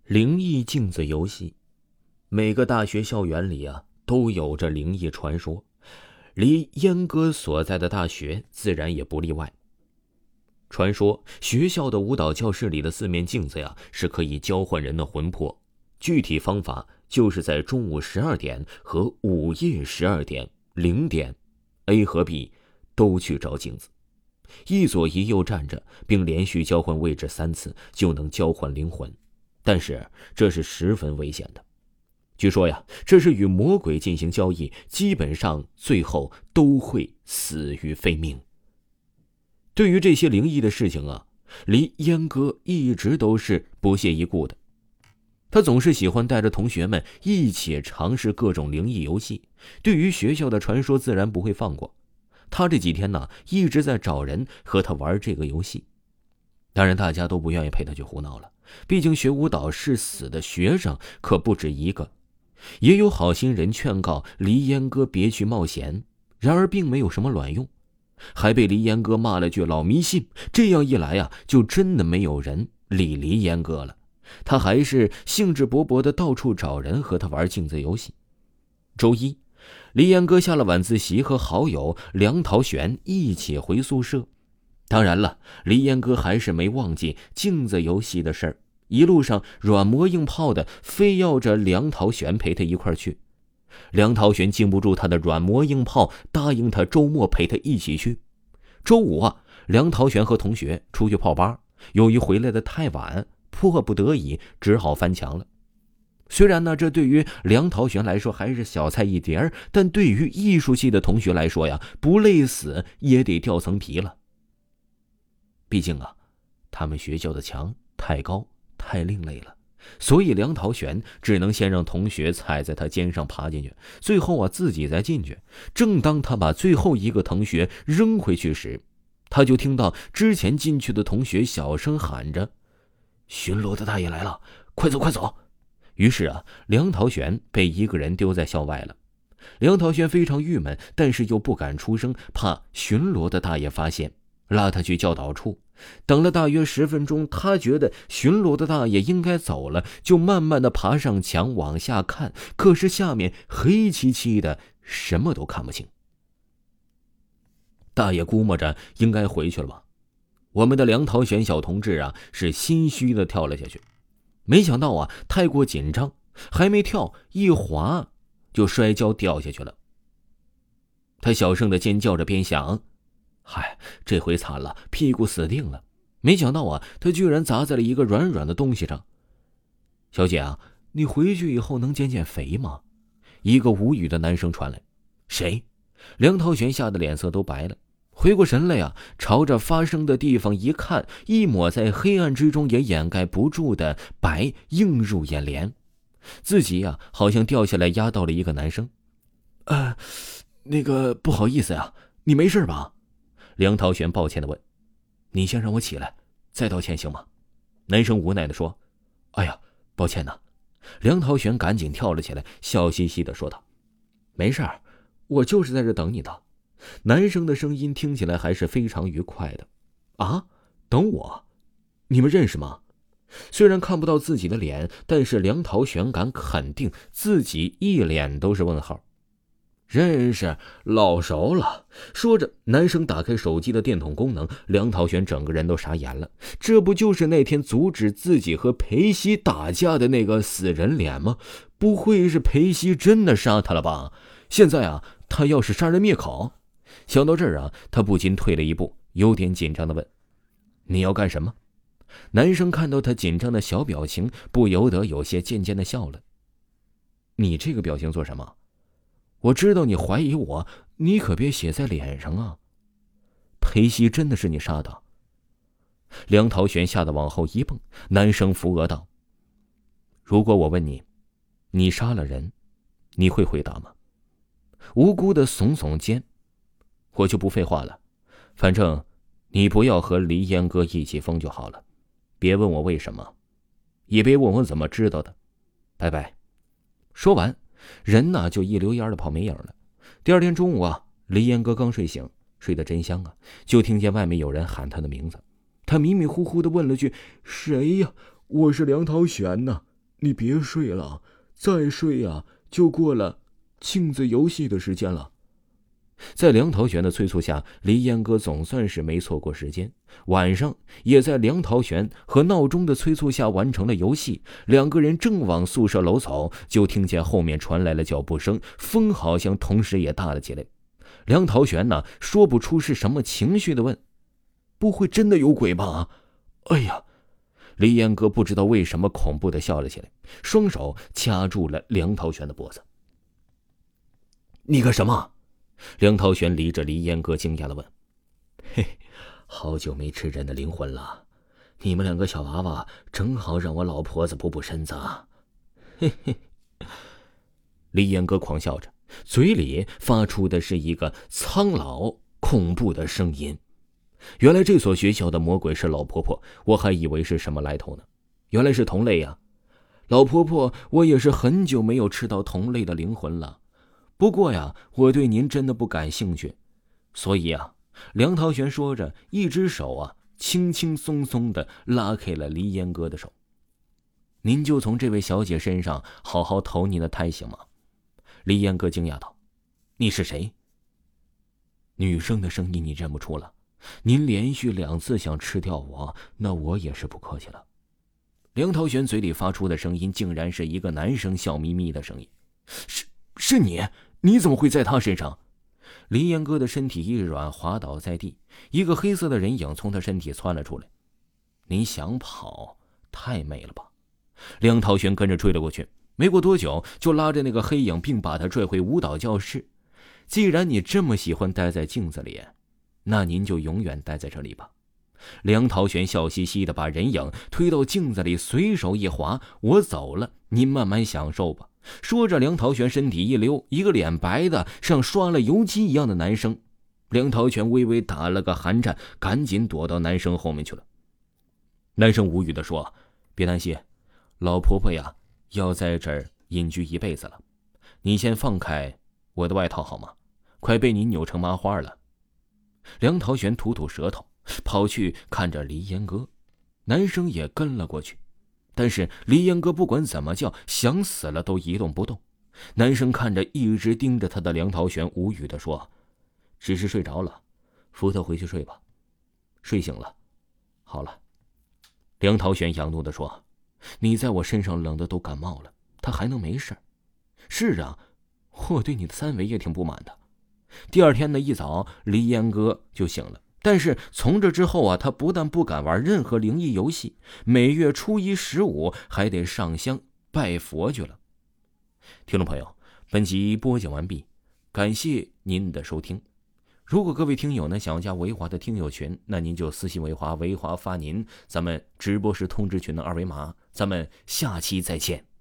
灵异镜子游戏，每个大学校园里都有着灵异传说，离燕哥所在的大学自然也不例外。传说学校的舞蹈教室里的4面镜子是可以交换人的魂魄，具体方法就是在中午12点和午夜12点、0点 A 和 B 都去找镜子，一左一右站着，并连续交换位置3次，就能交换灵魂。但是这是十分危险的，据说这是与魔鬼进行交易，基本上最后都会死于非命。对于这些灵异的事情离燕哥一直都是不屑一顾的。他总是喜欢带着同学们一起尝试各种灵异游戏，对于学校的传说自然不会放过。他这几天一直在找人和他玩这个游戏。当然大家都不愿意陪他去胡闹了，毕竟学舞蹈是死的学生可不止一个。也有好心人劝告黎烟哥别去冒险，然而并没有什么卵用，还被黎烟哥骂了句老迷信。这样一来就真的没有人理黎烟哥了。他还是兴致勃勃地到处找人和他玩镜子游戏。周一，黎烟哥下了晚自习，和好友梁桃璇一起回宿舍。当然了，黎烟哥还是没忘记镜子游戏的事儿，一路上软磨硬泡的，非要着梁桃璇陪他一块去。梁桃璇经不住他的软磨硬泡，答应他周末陪他一起去。周五梁桃璇和同学出去泡吧，由于回来的太晚，迫不得已只好翻墙了。虽然这对于梁桃璇来说还是小菜一碟，但对于艺术系的同学来说不累死也得掉层皮了。毕竟他们学校的墙太高太另类了，所以梁桃璇只能先让同学踩在他肩上爬进去，最后自己再进去。正当他把最后一个同学扔回去时，他就听到之前进去的同学小声喊着：“巡逻的大爷来了，快走快走！”于是梁桃璇被一个人丢在校外了。梁桃璇非常郁闷，但是又不敢出声，怕巡逻的大爷发现，拉他去教导处。等了大约10分钟，他觉得巡逻的大爷应该走了，就慢慢的爬上墙往下看，可是下面黑漆漆的，什么都看不清。大爷估摸着应该回去了吧。我们的梁桃璇小同志是心虚的跳了下去，没想到太过紧张，还没跳一滑就摔跤掉下去了。他小声的尖叫着，边想：嗨，这回惨了，屁股死定了。没想到他居然砸在了一个软软的东西上。小姐你回去以后能减减肥吗？一个无语的男生传来。谁？梁桃璇吓得脸色都白了，回过神来朝着发生的地方一看，一抹在黑暗之中也掩盖不住的白映入眼帘。自己好像掉下来压到了一个男生。那个不好意思你没事吧？梁桃璇抱歉地问。你先让我起来再道歉行吗？男生无奈地说。哎呀，抱歉呐。梁桃璇赶紧跳了起来，笑嘻嘻地说道。没事儿，我就是在这等你的。男生的声音听起来还是非常愉快的。等我？你们认识吗？虽然看不到自己的脸，但是梁桃璇敢肯定自己一脸都是问号。认识，老熟了。说着，男生打开手机的电筒功能，梁桃璇整个人都傻眼了。这不就是那天阻止自己和裴西打架的那个死人脸吗？不会是裴西真的杀他了吧？现在他要是杀人灭口。想到这儿他不禁退了一步，有点紧张地问：你要干什么？男生看到他紧张的小表情，不由得有些渐渐地笑了。你这个表情做什么？我知道你怀疑我，你可别写在脸上裴西真的是你杀的？梁桃璇吓得往后一蹦，男生扶额道：如果我问你，你杀了人，你会回答吗？无辜的耸耸肩。我就不废话了，反正你不要和黎烟哥一起疯就好了，别问我为什么，也别问我怎么知道的，拜拜。说完，人就一溜烟的跑没影了。第二天中午黎烟哥刚睡醒，睡得真香就听见外面有人喊他的名字。他迷迷糊糊的问了句：谁呀？我是梁桃璇呐。 你别睡了，再睡呀，就过了镜子游戏的时间了。 在梁桃玄的催促下，黎烟哥总算是没错过时间。晚上也在梁桃玄和闹钟的催促下完成了游戏。两个人正往宿舍楼走，就听见后面传来了脚步声，风好像同时也大了起来。梁桃玄呢，说不出是什么情绪的问：“ 不会真的有鬼吧？” 哎呀！黎烟哥不知道为什么恐怖的笑了起来，双手掐住了梁桃玄的脖子。“你干什么？”梁桃玄离着黎烟哥惊讶的问。“嘿，好久没吃人的灵魂了，你们两个小娃娃正好让我老婆子补补身子啊。”嘿嘿。黎烟哥狂笑着，嘴里发出的是一个苍老恐怖的声音。原来这所学校的魔鬼是老婆婆，我还以为是什么来头呢，原来是同类呀。老婆婆，我也是很久没有吃到同类的灵魂了。不过呀，我对您真的不感兴趣，所以啊，梁桃玄说着，一只手啊，轻轻松松地拉开了黎烟哥的手。您就从这位小姐身上好好投您的胎行吗？黎烟哥惊讶道：“你是谁？”女生的声音你认不出了？您连续2次想吃掉我，那我也是不客气了。梁桃玄嘴里发出的声音竟然是一个男生笑眯眯的声音。是你？你怎么会在他身上？黎烟哥的身体一软，滑倒在地，一个黑色的人影从他身体窜了出来。您想跑？太美了吧！梁桃玄跟着追了过去，没过多久就拉着那个黑影，并把他拽回舞蹈教室。既然你这么喜欢待在镜子里，那您就永远待在这里吧。梁桃玄笑嘻嘻地把人影推到镜子里，随手一划：“我走了，您慢慢享受吧。”说着，梁桃玄身体一溜，一个脸白的像刷了油漆一样的男生。梁桃玄微微打了个寒颤，赶紧躲到男生后面去了。男生无语地说：“别担心，老婆婆呀，要在这儿隐居一辈子了。你先放开我的外套好吗？快被你扭成麻花了。”梁桃玄吐吐舌头，跑去看着黎烟哥。男生也跟了过去。但是黎烟哥不管怎么叫，想死了都一动不动。男生看着一直盯着他的梁桃玄，无语地说：“只是睡着了，扶他回去睡吧。睡醒了，好了。”梁桃玄仰怒地说：“你在我身上冷的都感冒了，他还能没事？”“是啊，我对你的3围也挺不满的。”第二天呢，一早黎烟哥就醒了。但是从这之后啊，他不但不敢玩任何灵异游戏，每月初1、15还得上香拜佛去了。听众朋友，本集播讲完毕，感谢您的收听。如果各位听友呢想要加维华的听友群，那您就私信维华，维华发您咱们直播时通知群的2维码。咱们下期再见。